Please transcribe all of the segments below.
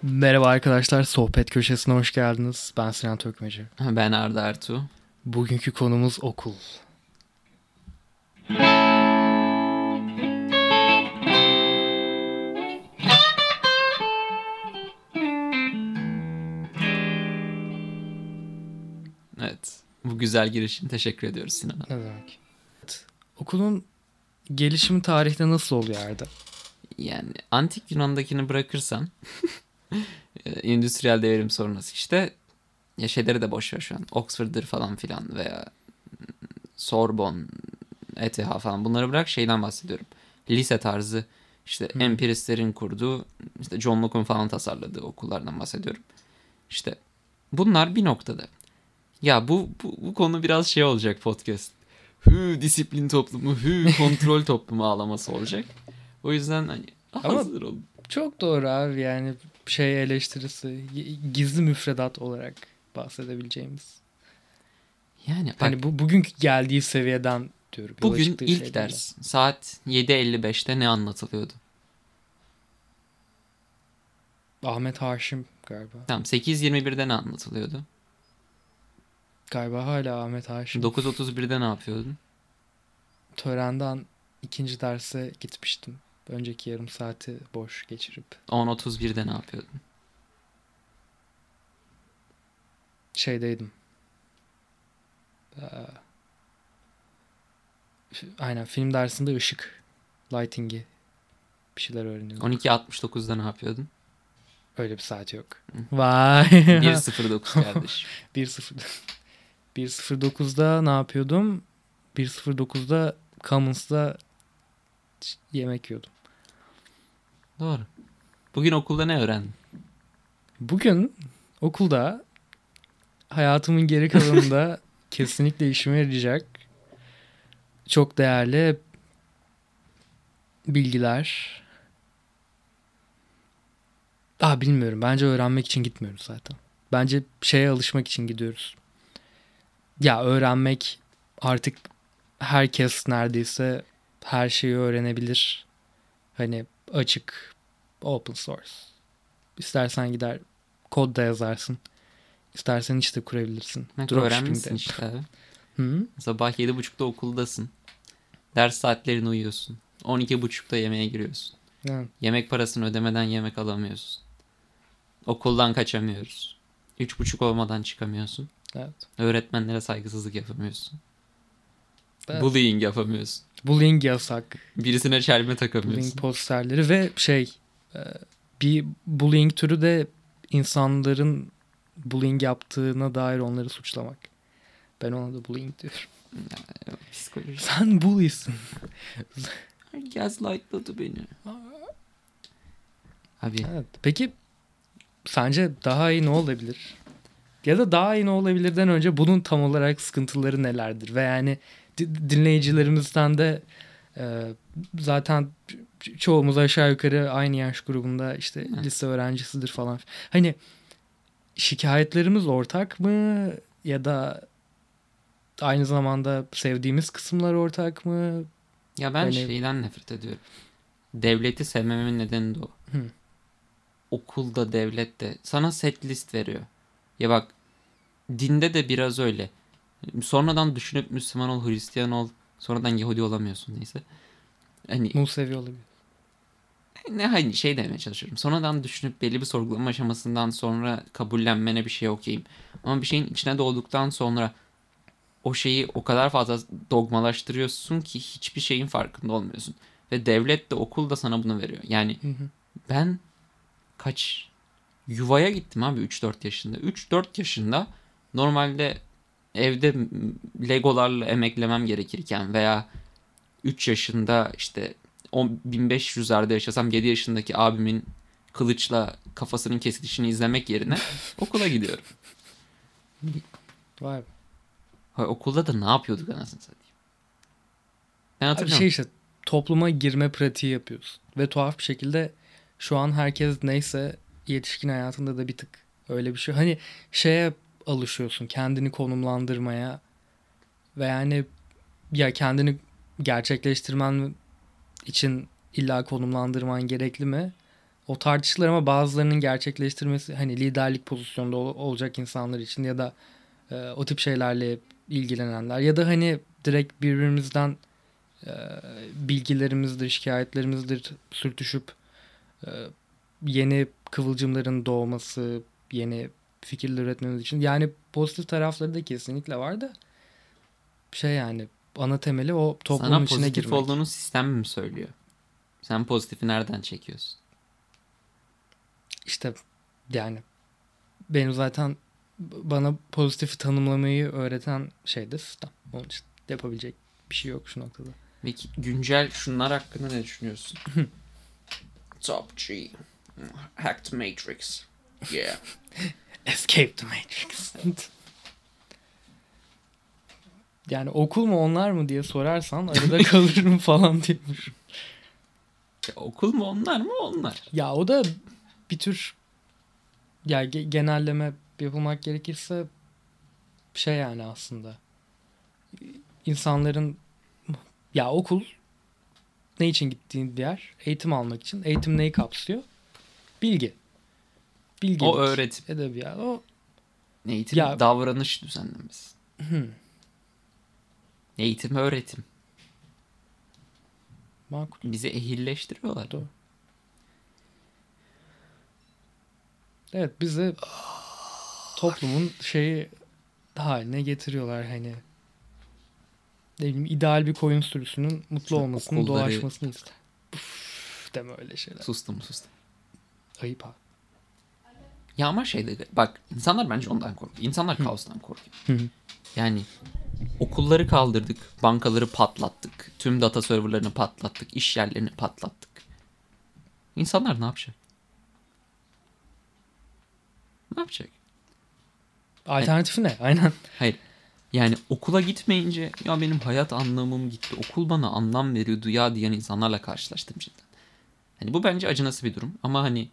Merhaba arkadaşlar, Sohbet Köşesi'ne hoş geldiniz. Ben Sinan Tökmeci. Ben Arda Ertuğ. Bugünkü konumuz okul. Evet. Bu güzel giriş için teşekkür ediyoruz Sinan'a. Ne demek? Evet. Okulun gelişimi tarihte nasıl oluyor Arda? Yani antik Yunan'dakini bırakırsan endüstriyel devrim sonrası işte ya şeyleri de boş ver şu an. Oxford'dır falan filan veya Sorbonne, ETH falan bunları bırak şeyden bahsediyorum. Lise tarzı işte empiristlerin kurduğu işte John Locke'un falan tasarladığı okullardan bahsediyorum. İşte bunlar bir noktada. Ya bu konu biraz şey olacak podcast. Disiplin toplumu, kontrol toplumu ağlaması olacak. O yüzden hani Ama hazır olun. çok doğru abi, yani şey eleştirisi, gizli müfredat olarak bahsedebileceğimiz. Yani bak, Hani bu bugünkü geldiği seviyeden diyorum, yola bugün çıktığı ilk şeyden de. ders saat 7:55'te ne anlatılıyordu? Ahmet Haşim galiba. Tamam, 8:21'de ne anlatılıyordu? Galiba hala Ahmet Haşim. 9:31'de ne yapıyordun? Törenden ikinci derse gitmiştim. Önceki yarım saati boş geçirip. 10:31'de ne yapıyordun? Şeydeydim. Ee, aynen film dersinde ışık, lighting'i bir şeyler öğreniyorduk. 12:69'da ne yapıyordun? Öyle bir saat yok. Vay. 1:09 kardeş. 1.0 1.09'da ne yapıyordum? 1.09'da Commons'da yemek yiyordum. Doğru. Bugün okulda ne öğrendin? Bugün okulda hayatımın geri kalanında kesinlikle işime yarayacak çok değerli bilgiler. Bilmiyorum. Bence öğrenmek için gitmiyoruz zaten. Bence şeye alışmak için gidiyoruz. Ya öğrenmek, artık herkes neredeyse her şeyi öğrenebilir. Hani açık, open source. İstersen gider kod da yazarsın. İstersen işte kurabilirsin. Bak, Dropshipping de. öğrenmişsin işte abi. Hı? Sabah 7:30'da okuldasın. Ders saatlerine uyuyorsun. 12:30'da yemeğe giriyorsun. Yani, Yemek parasını ödemeden yemek alamıyorsun. Okuldan kaçamıyoruz. 3:30 olmadan çıkamıyorsun. evet. Öğretmenlere saygısızlık yapamıyorsun. Evet. Bullying yapamıyorsun. Bullying yasak. Birisine çelme Bullying takamıyorsun. posterleri ve e, bir bullying türü de insanların bullying yaptığına dair onları suçlamak. Ben ona da bullying diyorum. Psikoloji. Sen bullysin. Gaslightladı beni. Abi Evet. Peki sence daha iyi ne olabilir? Ya da daha iyi ne olabilirden önce bunun tam olarak sıkıntıları nelerdir? Ve yani dinleyicilerimizden de e, zaten çoğumuz aşağı yukarı aynı yaş grubunda, işte lise öğrencisidir falan. Hani şikayetlerimiz ortak mı, ya da aynı zamanda sevdiğimiz kısımlar ortak mı? ya ben Hani şeyden nefret ediyorum. Devleti sevmememin nedeni de o. hı, Okulda devlet de sana set list veriyor. Ya bak, dinde de biraz öyle. Sonradan düşünüp Müslüman ol, Hristiyan ol. Sonradan Yahudi olamıyorsun neyse. Hani Musevi olabilir. ne hani şey demeye çalışıyorum. Sonradan düşünüp belli bir sorgulama aşamasından sonra kabullenmene bir şey okeyim. Ama bir şeyin içine doğduktan sonra o şeyi o kadar fazla dogmalaştırıyorsun ki hiçbir şeyin farkında olmuyorsun. Ve devlet de okul da sana bunu veriyor. Yani Hı hı. ben kaç yuvaya gittim abi 3-4 yaşında. 3-4 yaşında normalde evde legolarla emeklemem gerekirken veya 3 yaşında işte 1500'lerde yaşasam 7 yaşındaki abimin kılıçla kafasının kesilişini izlemek yerine okula gidiyorum. Vay be. Okulda da ne yapıyorduk anasını satayım. Ben Abi hatırlıyorum. işte topluma girme pratiği yapıyorsun. Ve tuhaf bir şekilde şu an herkes neyse yetişkin hayatında da bir tık öyle bir şey. Hani şeye alışıyorsun, kendini konumlandırmaya ve yani ya kendini gerçekleştirmen için illa konumlandırman gerekli mi? o tartışılır ama bazılarının gerçekleştirmesi hani liderlik pozisyonda olacak insanlar için ya da o tip şeylerle ilgilenenler ya da hani direkt birbirimizden e, bilgilerimizdir, şikayetlerimizdir sürtüşüp e, yeni kıvılcımların doğması, yeni fikirler üretmemiz için. Yani pozitif tarafları da kesinlikle var da şey yani ana temeli o toplumun Sana içine pozitif girmek. olduğunu sistem mi söylüyor? Sen pozitifi nereden çekiyorsun? İşte yani benim zaten bana pozitifi tanımlamayı öğreten şey de sistem. Onun için yapabilecek bir şey yok şu noktada. Peki güncel şunlar hakkında ne düşünüyorsun? Top G. Hacked Matrix. Yeah. Escape the Matrix. Yani okul mu onlar mı diye sorarsan arada kalırım falan diyormuş. Ya, okul mu onlar mı? Onlar. Ya o da bir tür ya genelleme yapılmak gerekirse şey yani aslında insanların ya okul ne için gittiğin bir yer? Eğitim almak için. Eğitim neyi kapsıyor? Bilgi. Bilgelik. O öğretim. Edebiyat. O Eğitim ya davranış düzenlemesi. Eğitim öğretim. makul. Bizi ehilleştiriyorlar. Doğru. Evet bizi toplumun şeyi haline getiriyorlar hani. Ne bileyim ideal bir koyun sürüsünün mutlu Şu olmasını, okulları- dolaşmasını ister. Deme öyle şeyler. Sustum. Ayıp abi. Ya ama bak insanlar bence ondan korkuyor. İnsanlar kaostan korkuyor. Hı. Yani okulları kaldırdık, bankaları patlattık, tüm data serverlarını patlattık, iş yerlerini patlattık. İnsanlar ne yapacak? Ne yapacak? Alternatifi ne? Aynen. Hayır. Yani okula gitmeyince ya benim hayat anlamım gitti. Okul bana anlam veriyordu ya diyen insanlarla karşılaştım cidden. Hani bu bence acınası bir durum ama hani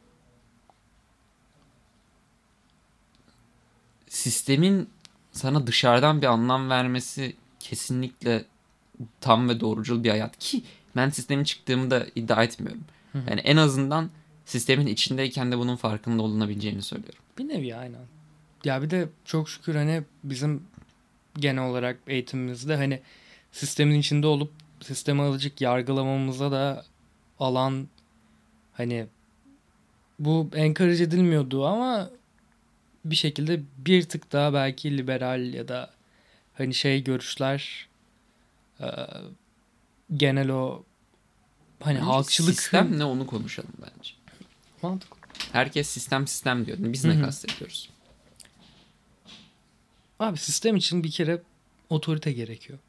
sistemin sana dışarıdan bir anlam vermesi kesinlikle tam ve doğrucul bir hayat ki ben sistemin çıktığımı da iddia etmiyorum. Yani en azından sistemin içindeyken de bunun farkında olunabileceğini söylüyorum. Bir nevi aynen. Ya bir de çok şükür hani bizim genel olarak eğitimimizde hani sistemin içinde olup sistemi azıcık yargılamamıza da alan hani bu encourage edilmiyordu ama bir şekilde bir tık daha belki liberal ya da hani şey görüşler e, genel o hani Bence halkçılık sistem ne onu konuşalım bence. mantıklı. Herkes sistem diyor. Biz ne kastediyoruz? Abi sistem için bir kere otorite gerekiyor.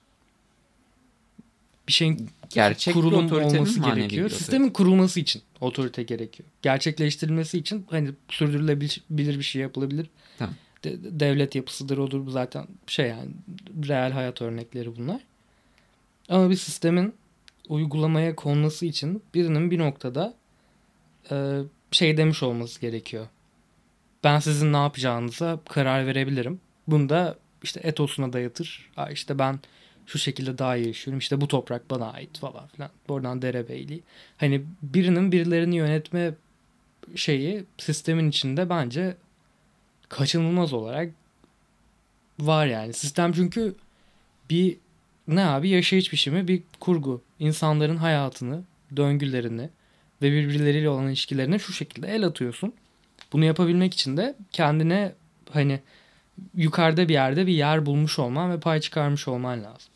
Bir şeyin Gerçek bir kurulum otorite mi, olması manevi bir gerekiyor. otorite? Sistemin kurulması için otorite gerekiyor. Gerçekleştirilmesi için hani sürdürülebilir bir şey yapılabilir. Tamam. Devlet yapısıdır odur bu zaten şey yani real hayat örnekleri bunlar. Ama bir sistemin uygulamaya konması için birinin bir noktada şey demiş olması gerekiyor. Ben sizin ne yapacağınıza karar verebilirim. Bunda işte etosuna dayatır. İşte ben şu şekilde daha iyi yaşıyorum. İşte bu toprak bana ait falan filan. Oradan derebeyliği. Hani birinin birilerini yönetme şeyi sistemin içinde bence kaçınılmaz olarak var yani. Sistem çünkü bir ne abi yaşayış biçimi bir kurgu. İnsanların hayatını, döngülerini ve birbirleriyle olan ilişkilerine şu şekilde el atıyorsun. Bunu yapabilmek için de kendine hani yukarıda bir yerde bir yer bulmuş olman ve pay çıkarmış olman lazım.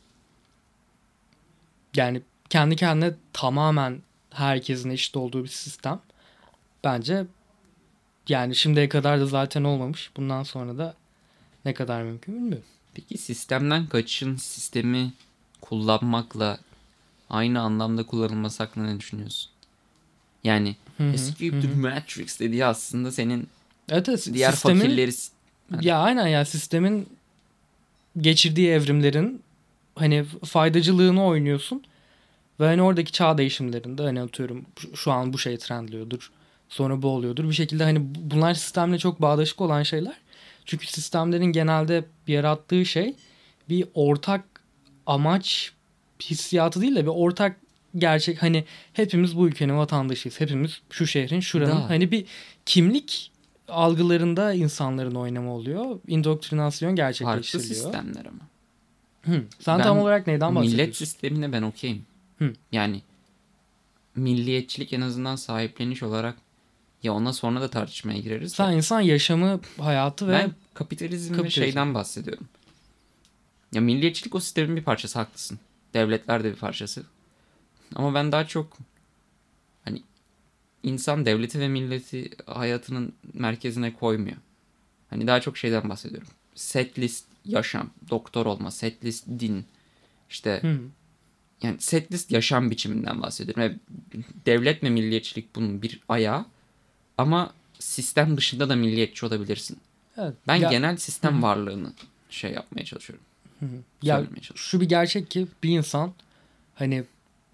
Yani kendi kendine tamamen herkesin eşit olduğu bir sistem. Bence yani şimdiye kadar da zaten olmamış. Bundan sonra da ne kadar mümkün bilmiyorum. Peki sistemden kaçışın sistemi kullanmakla aynı anlamda kullanılması hakkında ne düşünüyorsun? Yani Escape the Matrix dediği aslında senin Evet, diğer sistemin fakirleri... ya aynen ya sistemin geçirdiği evrimlerin hani faydacılığını oynuyorsun ve hani oradaki çağ değişimlerinde hani atıyorum şu an bu şey trendliyordur. Sonra bu oluyordur. Bir şekilde hani bunlar sistemle çok bağdaşık olan şeyler. Çünkü sistemlerin genelde yarattığı şey bir ortak amaç hissiyatı değil de bir ortak gerçek, hani hepimiz bu ülkenin vatandaşıyız. Hepimiz şu şehrin, şuranın, Da. hani bir kimlik algılarında insanların oynama oluyor. İndoktrinasyon Farklı gerçekleştiriliyor. sistemler ama. Sen tam Ben olarak neyden millet bahsediyorsun? sistemine ben okeyim. Hı. Yani milliyetçilik en azından sahipleniş olarak, ya ondan sonra da tartışmaya gireriz de. Sen insan yaşamı, hayatı ve Ben kapitalizm ve şeyden bahsediyorum. Ya milliyetçilik o sistemin bir parçası, haklısın. Devletler de bir parçası. Ama ben daha çok hani insan devleti ve milleti hayatının merkezine koymuyor. Hani daha çok şeyden bahsediyorum. Setlist yaşam, doktor olma, setlist din. İşte Hı. yani setlist yaşam biçiminden bahsediyorum. Ve devlet ve milliyetçilik bunun bir ayağı. Ama sistem dışında da milliyetçi olabilirsin. Evet. Ben Ya, genel sistem varlığını şey yapmaya çalışıyorum. ya Söylemeye çalışıyorum. şu bir gerçek ki bir insan hani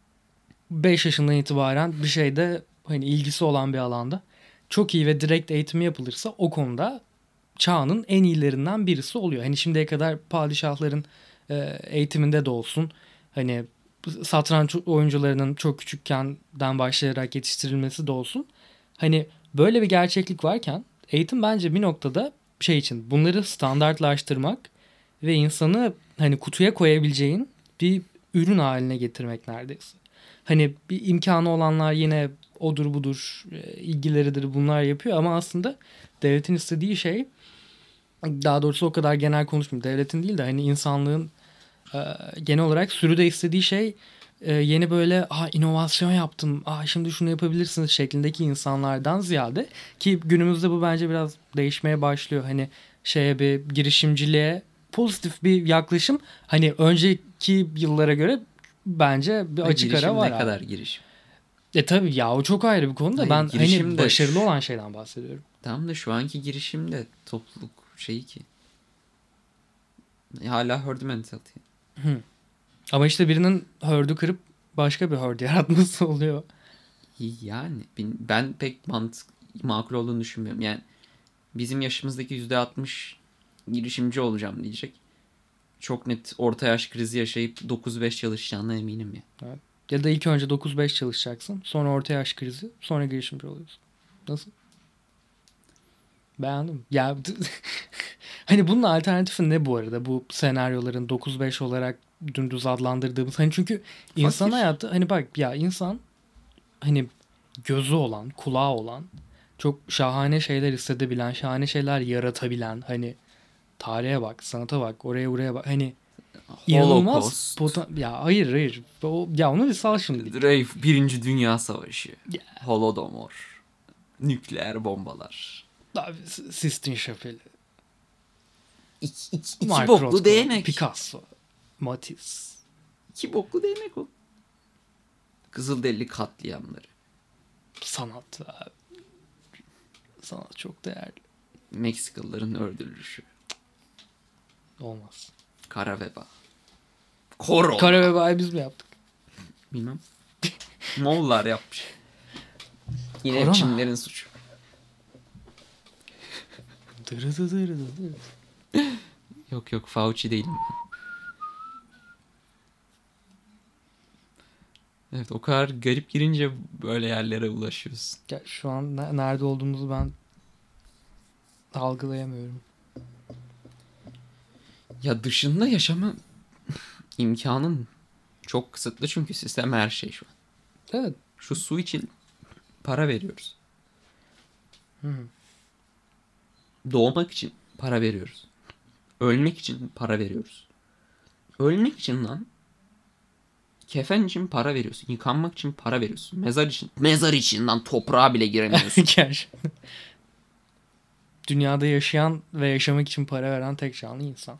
5 yaşından itibaren bir şeyde hani ilgisi olan bir alanda çok iyi ve direkt eğitimi yapılırsa o konuda çağının en iyilerinden birisi oluyor. Hani şimdiye kadar padişahların eğitiminde de olsun, hani satranç oyuncularının çok küçükkenden başlayarak yetiştirilmesi de olsun. Hani böyle bir gerçeklik varken eğitim bence bir noktada şey için, bunları standartlaştırmak ve insanı hani kutuya koyabileceğin bir ürün haline getirmek neredeyse. Hani bir imkanı olanlar yine odur budur, ilgileridir, bunlar yapıyor ama aslında devletin istediği şey, daha doğrusu o kadar genel konuşmayayım, devletin değil de hani insanlığın genel olarak sürüde istediği şey yeni böyle inovasyon yaptım, şimdi şunu yapabilirsiniz şeklindeki insanlardan ziyade, ki günümüzde bu bence biraz değişmeye başlıyor. Hani şeye, bir girişimciliğe pozitif bir yaklaşım, hani önceki yıllara göre bence bir Ve açık ara girişim var ne abi. kadar girişim? Tabii ya, o çok ayrı bir konu da Hayır, ben hani girişim de başarılı olan şeyden bahsediyorum. tam da şu anki girişim de topluluk şeyi ki. Hala herd mentality. Ama işte birinin herd'ü kırıp başka bir herd yaratması oluyor. Yani ben pek makul olduğunu düşünmüyorum. Yani bizim yaşımızdaki %60 girişimci olacağım diyecek. Çok net orta yaş krizi yaşayıp 9-5 çalışacağına eminim ya. Evet. Ya da ilk önce 9-5 çalışacaksın. Sonra orta yaş krizi. Sonra girişimci oluyorsun. Nasıl? Beğendim. Ya hani bunun alternatifi ne bu arada? Bu senaryoların 9-5 olarak dümdüz adlandırdığımız. Hani çünkü insan Fakir. hayatı, hani bak ya, insan hani gözü olan, kulağı olan, çok şahane şeyler hissedebilen, şahane şeyler yaratabilen, hani tarihe bak, sanata bak, oraya buraya bak. Hani İnanılmaz Holocaust. ya, hayır. Ya onu bir sal şimdi. Dreyf, Birinci Dünya Savaşı. Ya, Holodomor. Nükleer bombalar. abi, Sistine Chapel, İki Mark boklu Rothko, değnek. Picasso, Matisse. İki boklu değnek o. Kızılderili katliamları. Sanat abi. Sanat çok değerli. Meksikalıların öldürülüşü. Olmaz. Kara veba. Korona. Kara vebayı biz mi yaptık? Bilmem. Moğollar yapmış. Yine Korona. Çinlerin suçu. Dırıdı dırıdı dırıdı. Yok Fauci değilim. Evet, o kadar garip girince böyle yerlere ulaşıyorsun. Ya, şu an nerede olduğumuzu ben algılayamıyorum. Ya dışında yaşama imkanın çok kısıtlı çünkü sistem her şey şu an. Evet. Şu su için para veriyoruz. Hı. Doğmak için para veriyoruz. Ölmek için para veriyoruz. Ölmek için lan. Kefen için para veriyorsun. Yıkanmak için para veriyorsun. Mezar için. Mezar için lan, toprağa bile giremiyorsun. Gerçekten. Dünyada yaşayan ve yaşamak için para veren tek canlı insan.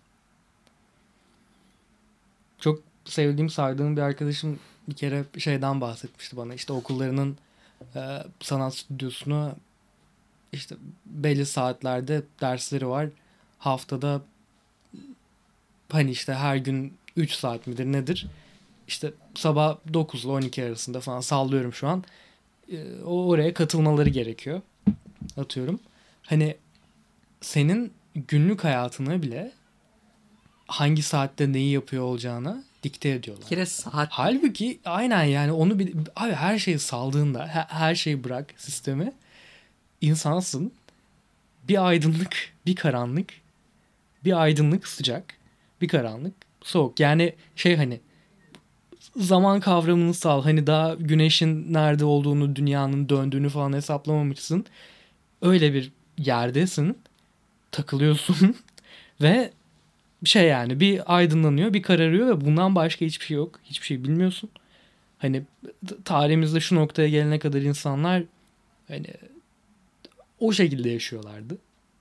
Çok sevdiğim, saydığım bir arkadaşım bir kere şeyden bahsetmişti bana. İşte okullarının sanat stüdyosunu, işte belli saatlerde dersleri var. Haftada hani işte her gün 3 saat midir nedir? İşte sabah 9 ile 12 arasında falan, sallıyorum şu an. Oraya katılmaları gerekiyor. Atıyorum. Hani senin günlük hayatını bile hangi saatte neyi yapıyor olacağına dikte Bir ediyorlar. kere saat Halbuki aynen yani onu bir abi her şeyi saldığında her şeyi bırak sistemi, insansın. Bir aydınlık, bir karanlık, bir aydınlık sıcak, bir karanlık soğuk. Yani şey hani zaman kavramını sal. Hani daha güneşin nerede olduğunu, dünyanın döndüğünü falan hesaplamamışsın. Öyle bir yerdesin. Takılıyorsun ve şey yani bir aydınlanıyor, bir kararıyor ve bundan başka hiçbir şey yok. Hiçbir şey bilmiyorsun. Hani tarihimizde şu noktaya gelene kadar insanlar hani o şekilde yaşıyorlardı.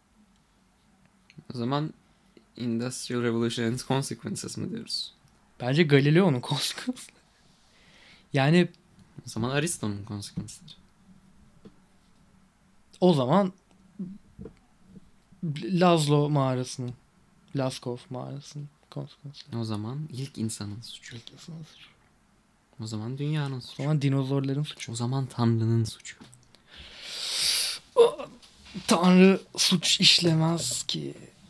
o zaman Industrial Revolution and Consequences mı diyoruz? Bence Galileo'nun konuşması. Yani O zaman Aristo'nun Consequence'leri. o zaman Laszlo mağarasının, Laskov mağarasının konuşması. O zaman ilk insanın suçu. O zaman dünyanın O suçu. zaman dinozorların suçu. O zaman Tanrı'nın suçu. Tanrı suç işlemez ki.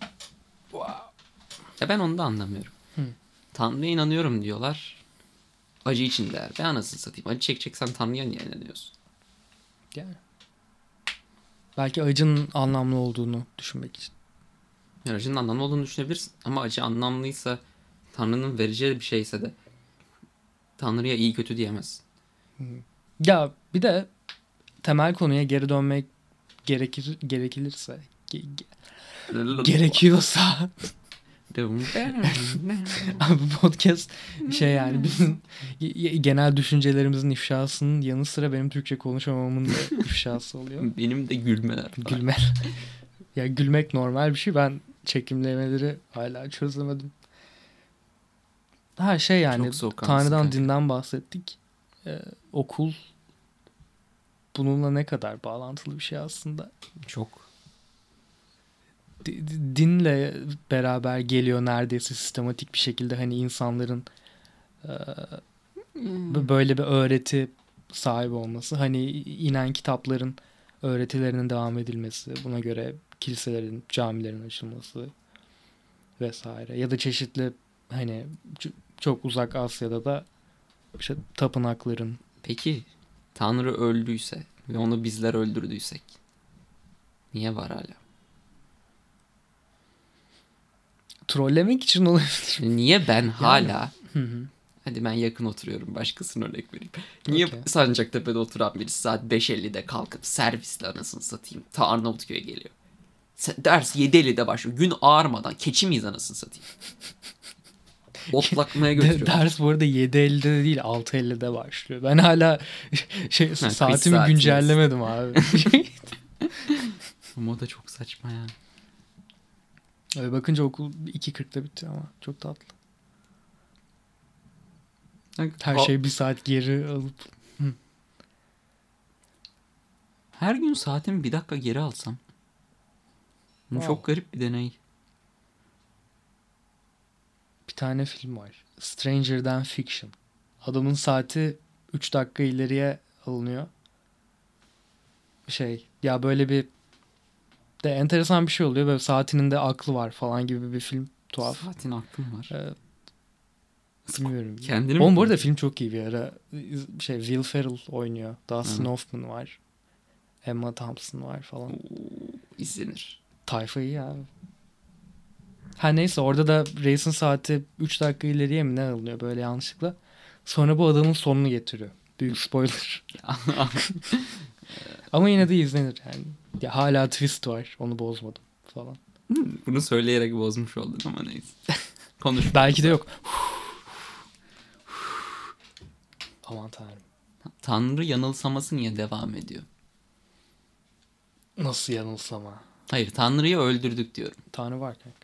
Ya ben onu da anlamıyorum. Hı. Tanrı'ya inanıyorum diyorlar. Acı içindeler. Ben anasını satayım. Acı çekeceksen Tanrı'ya niye inanıyorsun? Yani. Belki acının anlamlı olduğunu düşünmek için. Yani acının anlamlı olduğunu düşünebilirsin. Ama acı anlamlıysa, Tanrı'nın vereceği bir şeyse de Tanrı'ya iyi kötü diyemezsin. Ya bir de temel konuya geri dönmek gerekilirse gerekiyorsa abi bu podcast şey yani bizim genel düşüncelerimizin ifşasının yanı sıra benim Türkçe konuşamamın da ifşası oluyor. Benim de gülmeler falan. Gülme. Ya gülmek normal bir şey. Ben çekimlemeleri hala çözemedim. Ha şey yani Çok soğukkanlısın Tanrı'dan kanka. dinden bahsettik. Okul bununla ne kadar bağlantılı bir şey aslında. Çok. Dinle beraber geliyor neredeyse sistematik bir şekilde hani insanların böyle bir öğreti sahibi olması. Hani inen kitapların öğretilerinin devam edilmesi. Buna göre kiliselerin, camilerin açılması vesaire. Ya da çeşitli hani çok uzak Asya'da da işte tapınakların. Peki Tanrı öldüyse ve onu bizler öldürdüysek niye var hala? Trollemek için olabilir. Niye ben hala Hı hı. hadi ben yakın oturuyorum başkasına örnek vereyim. Niye Okey. Sancaktepe'de oturan birisi saat 5.50'de kalkıp servisle anasını satayım ta Arnavutköy'e geliyor. Ders 7.50'de başlıyor. Gün ağarmadan keçi miyiz anasını satayım? Otlakmaya götürüyor. Ders bu arada 7.50'de değil 6.50'de başlıyor. Ben hala şey kış saatimi saatiniz. güncellemedim abi. Ama o da çok saçma ya. Öyle bakınca okul 2.40'da bitiyor ama çok tatlı. Her şey bir saat geri alıp. Her gün saatimi bir dakika geri alsam. Bu Wow. çok garip bir deney. Bir tane film var. Stranger Than Fiction. Adamın saati 3 dakika ileriye alınıyor. Şey ya böyle bir de enteresan bir şey oluyor. Böyle saatinin de aklı var falan gibi bir film. Tuhaf. Saatin aklım var. Bilmiyorum. Kendini Oğlum mi bu arada konuşuyor? film çok iyi bir ara. Şey Will Ferrell oynuyor. Dustin Hı. Hoffman var. Emma Thompson var falan. Oo, izlenir. Tayfa iyi abi. Ha neyse orada da Reis'in saati 3 dakika ileriye mi ne alınıyor böyle yanlışlıkla. Sonra bu adamın sonunu getiriyor. Büyük spoiler. Ama yine de izlenir yani. Ya hala twist var. Onu bozmadım falan. Bunu söyleyerek bozmuş oldun ama neyse. Konuş. Belki de yok. Aman tanrım. Tanrı yanılsaması niye devam ediyor? Nasıl yanılsama? Hayır, Tanrı'yı öldürdük diyorum. Tanrı var kanka.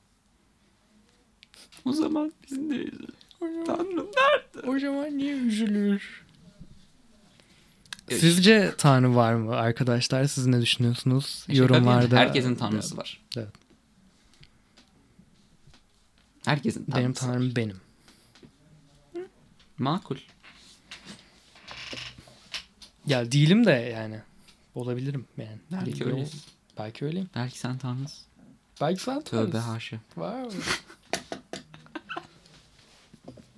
O zaman biz neyiz? Tanrı nerede? O zaman niye üzülür? Sizce Tanrı var mı arkadaşlar? Siz ne düşünüyorsunuz? Yorumlarda. Herkesin Tanrısı var. Evet. Herkesin Tanrısı Benim var. Tanrım benim. Makul. Ya değilim de yani. Olabilirim yani. Belki Değil- öylesin. Belki öyleyim. Belki sen Belki sen Tövbe Tanrısın. haşa. Wow.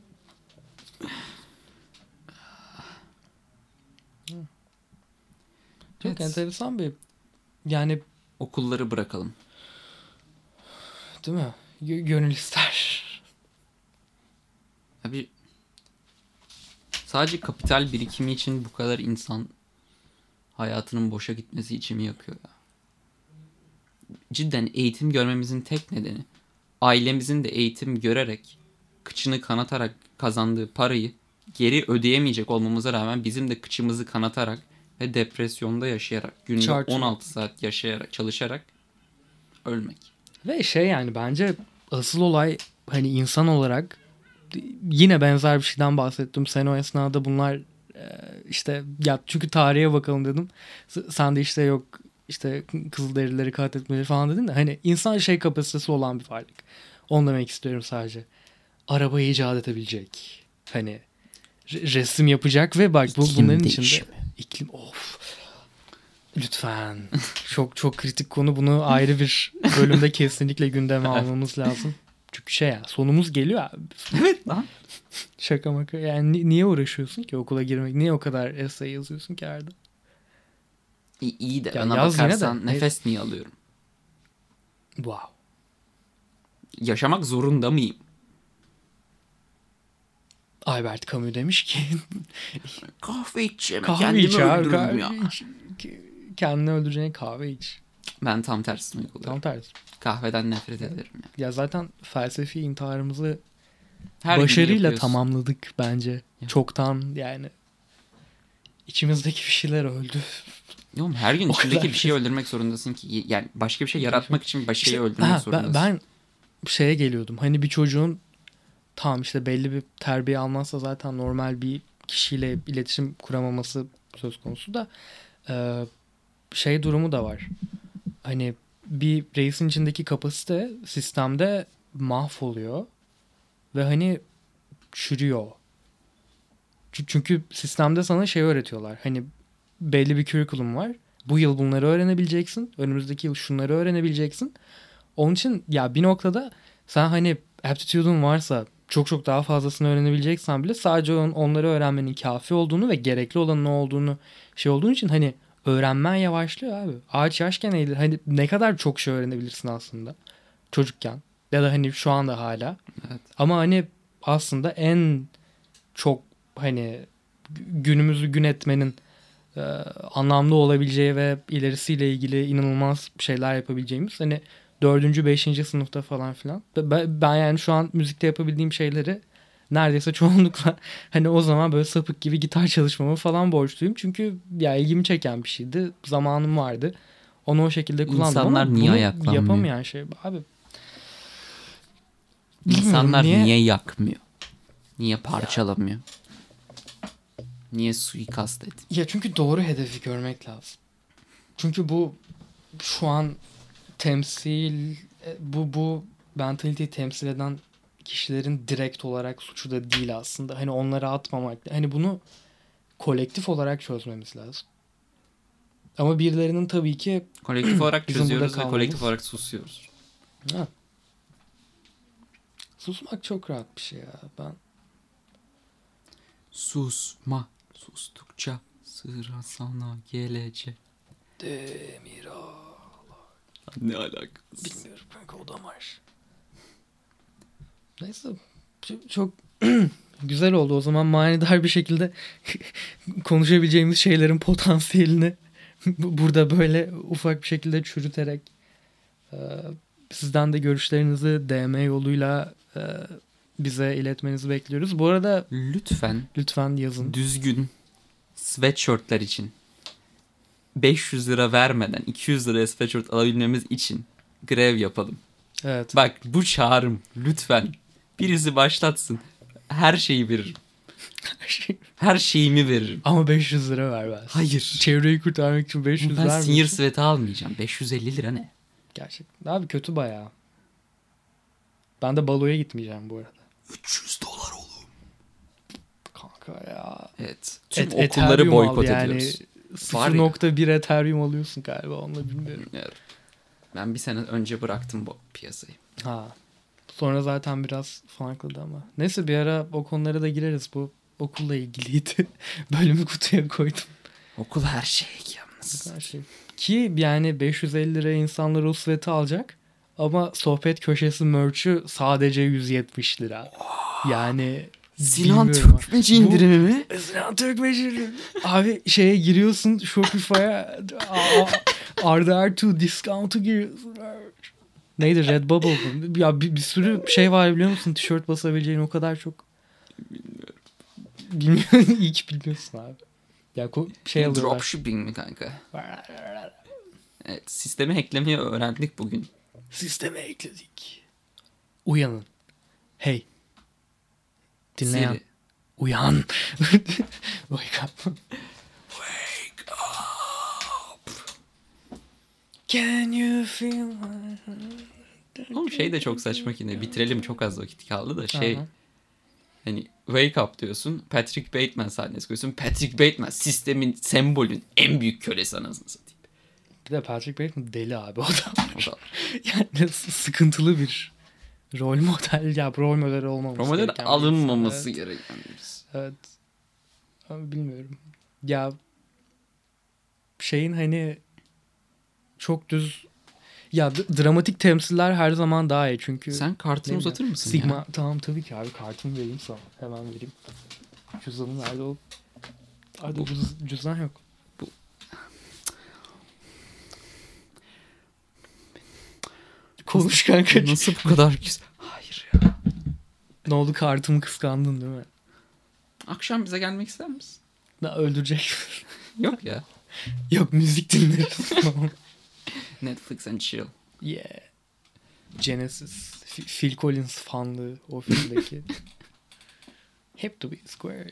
Çok Evet. enteresan bir, yani Okulları bırakalım. değil mi? Gönül ister. Abi sadece kapital birikimi için bu kadar insan hayatının boşa gitmesi içimi yakıyor ya. Cidden eğitim görmemizin tek nedeni ailemizin de eğitim görerek kıçını kanatarak kazandığı parayı geri ödeyemeyecek olmamıza rağmen bizim de kıçımızı kanatarak ve depresyonda yaşayarak günde Çarçur. 16 saat yaşayarak çalışarak ölmek. Ve yani bence asıl olay, hani insan olarak yine benzer bir şeyden bahsettim. Sen o esnada bunlar işte ya çünkü tarihe bakalım dedim. Sen de işte yok işte Kızılderilileri katletmeleri falan dedin de hani insan kapasitesi olan bir varlık. Onu demek istiyorum sadece. Arabayı icat edebilecek. Hani resim yapacak ve bak İklim bunların değişimi. içinde iklim of. Lütfen. Çok çok kritik konu. Bunu ayrı bir bölümde kesinlikle gündeme almamız lazım. Çünkü ya sonumuz geliyor abi. Evet lan. Şaka maka. Yani niye uğraşıyorsun ki okula girmek? Niye o kadar essay yazıyorsun ki Arda? İyi de Ya bana yaz yine de. bakarsan nefes niye alıyorum? Wow. Yaşamak zorunda mıyım? Albert Camus demiş ki Kahve içeceğim. kahve Kendimi iç abi. öldürürüm Kahve ya. iç. Kendini öldüreceğine kahve iç. Ben tam tersini uyguluyorum. Tam tersi. Kahveden nefret ederim ya. Ya zaten felsefi intiharımızı Her gün başarıyla yapıyorsun. tamamladık bence. Ya. Çoktan yani. İçimizdeki bir şeyler öldü. Oğlum her gün O içindeki kadar. bir şeyi öldürmek zorundasın ki. Yani başka bir şey yaratmak için bir şeyi İşte, öldürmek zorundasın. ben şeye geliyordum. Hani bir çocuğun tamam işte belli bir terbiye almazsa zaten normal bir kişiyle iletişim kuramaması söz konusu da durumu da var. Hani bir reisin içindeki kapasite sistemde mahvoluyor ve hani çürüyor. Çünkü sistemde sana öğretiyorlar. Hani belli bir curriculum var. Bu yıl bunları öğrenebileceksin. Önümüzdeki yıl şunları öğrenebileceksin. Onun için ya bir noktada sen hani aptitude'un varsa çok çok daha fazlasını öğrenebileceksen bile sadece onları öğrenmenin kafi olduğunu ve gerekli olanın ne olduğunu olduğun için hani öğrenmen yavaşlıyor abi. Ağaç yaşken eğilir. Hani ne kadar çok şey öğrenebilirsin aslında çocukken ya da hani şu anda hala. Evet. Ama hani aslında en çok hani günümüzü gün etmenin anlamlı olabileceği ve ilerisiyle ilgili inanılmaz şeyler yapabileceğimiz hani 4. 5. sınıfta falan filan. Ben yani şu an müzikte yapabildiğim şeyleri neredeyse çoğunlukla hani o zaman böyle sapık gibi gitar çalışmamı falan borçluyum. Çünkü ya ilgimi çeken bir şeydi. Zamanım vardı. Onu o şekilde kullandım İnsanlar ama niye bunu ayaklanmıyor? yapamayan şey abi. İnsanlar Bilmiyorum, niye yakmıyor? Niye parçalamıyor? Niye suikast ediyor? Ya çünkü doğru hedefi görmek lazım. Çünkü bu şu an temsil bu mentaliteyi temsil eden kişilerin direkt olarak suçu da değil aslında. Hani onları atmamak. Hani bunu kolektif olarak çözmemiz lazım. Ama birilerinin tabii ki Kolektif olarak bizim burada çözüyoruz ve kalmamız. kolektif olarak susuyoruz. Ha. Susmak çok rahat bir şey ya. Ben Susma. Sustukça sıra sana gelecek. Demira. Ne alakası? Bilmiyorum kanka, o da marş. Neyse. Çok güzel oldu. O zaman manidar bir şekilde konuşabileceğimiz şeylerin potansiyelini burada böyle ufak bir şekilde çürüterek sizden de görüşlerinizi DM yoluyla bize iletmenizi bekliyoruz. Bu arada lütfen yazın. Düzgün sweatshirtler için 500 lira vermeden 200 liraya sweatshirt alabilmemiz için grev yapalım. Evet. Bak bu çağrım lütfen. Birisi başlatsın. Her şeyi veririm. Her şeyimi veririm. Ama 500 lira ver ben. Hayır. Çevreyi kurtarmak için 500 Ben vermiyorsun. senior sweat'i almayacağım. 550 lira ne? Gerçekten. Abi kötü bayağı. Ben de baloya gitmeyeceğim bu arada. 300 dolar oğlum. Kanka ya. Evet. Tüm Ethereum okulları al boykot yani. ediyoruz. 0.1 Ethereum alıyorsun galiba, onu bilmiyorum. Evet. Ben bir sene önce bıraktım bu piyasayı. Ha. Sonra zaten biraz farklıydı ama. Neyse bir ara o konulara da gireriz. Bu okulla ilgiliydi. Bölümü kutuya koydum. Okul her şey yalnız. Her şey. Ki yani 550 liraya insanlar o sweat'i alacak ama sohbet köşesi merch'ü sadece 170 lira. Yani Sinan bilmiyorum. Türkmeci indirimi mi? Sinan Türkmeci. Abi şeye giriyorsun Shopify'a Arda Ertuğ discount'u giriyorsun. Neydi Redbubble mı? Ya bir sürü şey var biliyor musun? Tişört basabileceğin o kadar çok. Bilmiyorum. İyi ki bilmiyorsun abi. Ya şey alıyorlar. Dropshipping mi kanka? Evet, sisteme hacklemeyi öğrendik bugün. Sisteme ekledik. Uyanın. Hey. Dinleyen. Siri. Uyan. Wake up. Wake up. Can you feel my... Oğlum şey de çok saçma ki ne. Bitirelim, çok az vakit kaldı da şey. Aha. Hani wake up diyorsun. Patrick Bateman sahnesi koyuyorsun. Patrick Bateman sistemin, sembolün en büyük kölesi anasını satayım. Bir de Patrick Bateman deli abi o da. O da Yani sıkıntılı bir rol model. Ya rol model olmaması Roma'da gereken bir alınmaması insan. gereken birisi. Evet. Ama bilmiyorum. Ya şeyin hani çok düz ya dramatik temsiller her zaman daha iyi çünkü Sen kartını ne uzatır bileyim, mısın Sigma ya? tamam tabii ki abi kartımı vereyim sana. Hemen vereyim. Cüzdanım nerede o? Hadi cüzdan yok. Konuş kanka. Nasıl bu kadar güzel? Hayır ya. Ne oldu kartımı kıskandın değil mi? Akşam bize gelmek ister misin? Ne öldürecek? Yok ya. Yok müzik dinleriz. Netflix and chill. Yeah. Genesis. Phil Collins fanlığı o filmdeki. Hep to be square.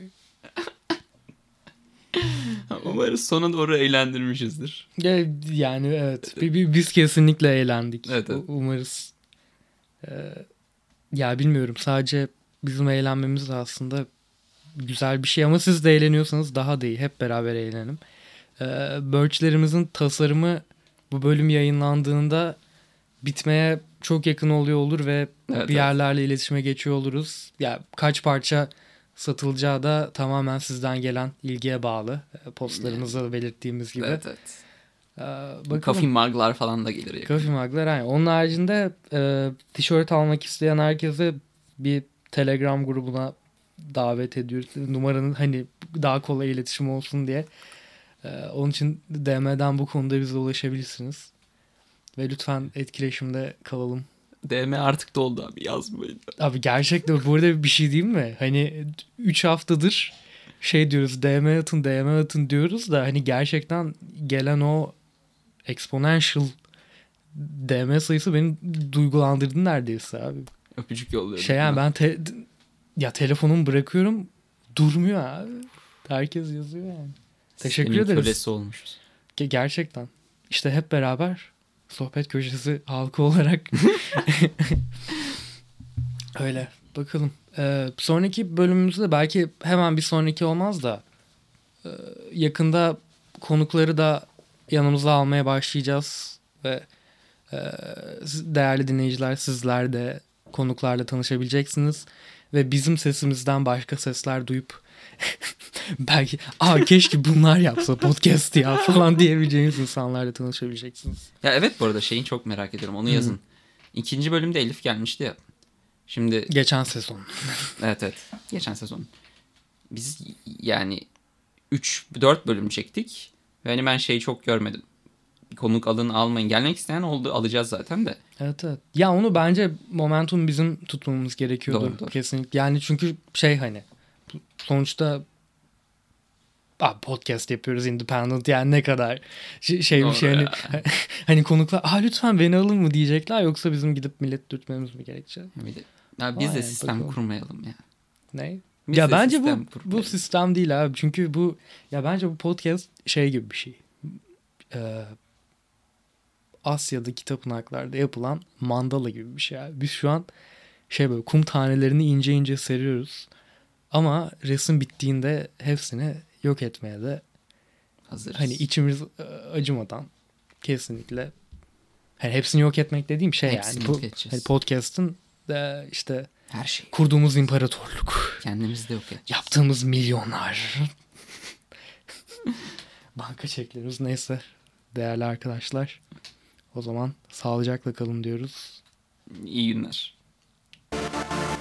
Umarız sona doğru eğlendirmişizdir. Yani evet. Biz kesinlikle eğlendik. Evet, evet. Umarız. Ya bilmiyorum. Sadece bizim eğlenmemiz de aslında güzel bir şey ama siz de eğleniyorsanız daha da iyi. Hep beraber eğlenelim. Birch'lerimizin tasarımı bu bölüm yayınlandığında bitmeye çok yakın oluyor olur ve Evet, bir yerlerle iletişime geçiyor oluruz. Ya kaç parça satılacağı da tamamen sizden gelen ilgiye bağlı. Postlarımızda da belirttiğimiz gibi. Evet, evet. Bakalım. Coffee mug'lar falan da gelir. Coffee mug'lar aynı. Onun haricinde tişört almak isteyen herkese bir Telegram grubuna davet ediyoruz. Numaranın hani daha kolay iletişim olsun diye. Onun için DM'den bu konuda bize ulaşabilirsiniz. Ve lütfen etkileşimde kalalım. DM artık doldu abi, yazmayın. Abi gerçekten burada bir şey diyeyim mi? Hani 3 haftadır şey diyoruz DM atın diyoruz da hani gerçekten gelen o exponential DM sayısı beni duygulandırdı neredeyse abi. Öpücük yolluyorum. Şey yani ben ya telefonumu bırakıyorum durmuyor abi. Herkes yazıyor yani. Teşekkür Senin ederiz. kölesi olmuşuz. Gerçekten. İşte hep beraber sohbet köşesi halkı olarak öyle. Bakalım. Sonraki bölümümüzde belki hemen bir sonraki olmaz da yakında konukları da yanımıza almaya başlayacağız ve değerli dinleyiciler sizler de konuklarla tanışabileceksiniz ve bizim sesimizden başka sesler duyup belki keşke bunlar yapsa podcast ya falan diyebileceğiniz insanlarla tanışabileceksiniz. Ya evet, bu arada şeyin çok merak ediyorum. Onu yazın. İkinci bölümde Elif gelmişti ya. Şimdi Geçen sezon. evet. Geçen sezon. Biz yani 3-4 bölüm çektik. Ve hani ben şeyi çok görmedim. Konuk alın almayın. Gelmek isteyen oldu. Alacağız zaten de. Evet. Ya onu bence momentum bizim tutmamız gerekiyordu. Doğru. Kesinlikle. Yani çünkü şey hani sonuçta podcast yapıyoruz independent yani ne kadar bir şey hani hani konuklar lütfen beni alın mı diyecekler yoksa bizim gidip millet dürtmemiz mi gerekecek? Biz de yani, sistem bakalım. kurmayalım ya. Ne? Biz Ya de bence sistem bu kurmayalım. sistem değil abi. Çünkü bence bu podcast şey gibi bir şey. Asya'daki tapınaklarda yapılan mandala gibi bir şey abi. Biz şu an böyle kum tanelerini ince ince seriyoruz. Ama resim bittiğinde hepsini yok etmeye de Hazırız. hani içimiz acımadan kesinlikle hani hepsini yok etmek dediğim şey Hepsini yani. yok edeceğiz. Hani podcast'ın işte Her şey. kurduğumuz imparatorluk. Kendimizi de yok edeceğiz. Yaptığımız milyonlar. banka çeklerimiz neyse değerli arkadaşlar. O zaman sağlıcakla kalın diyoruz. İyi günler.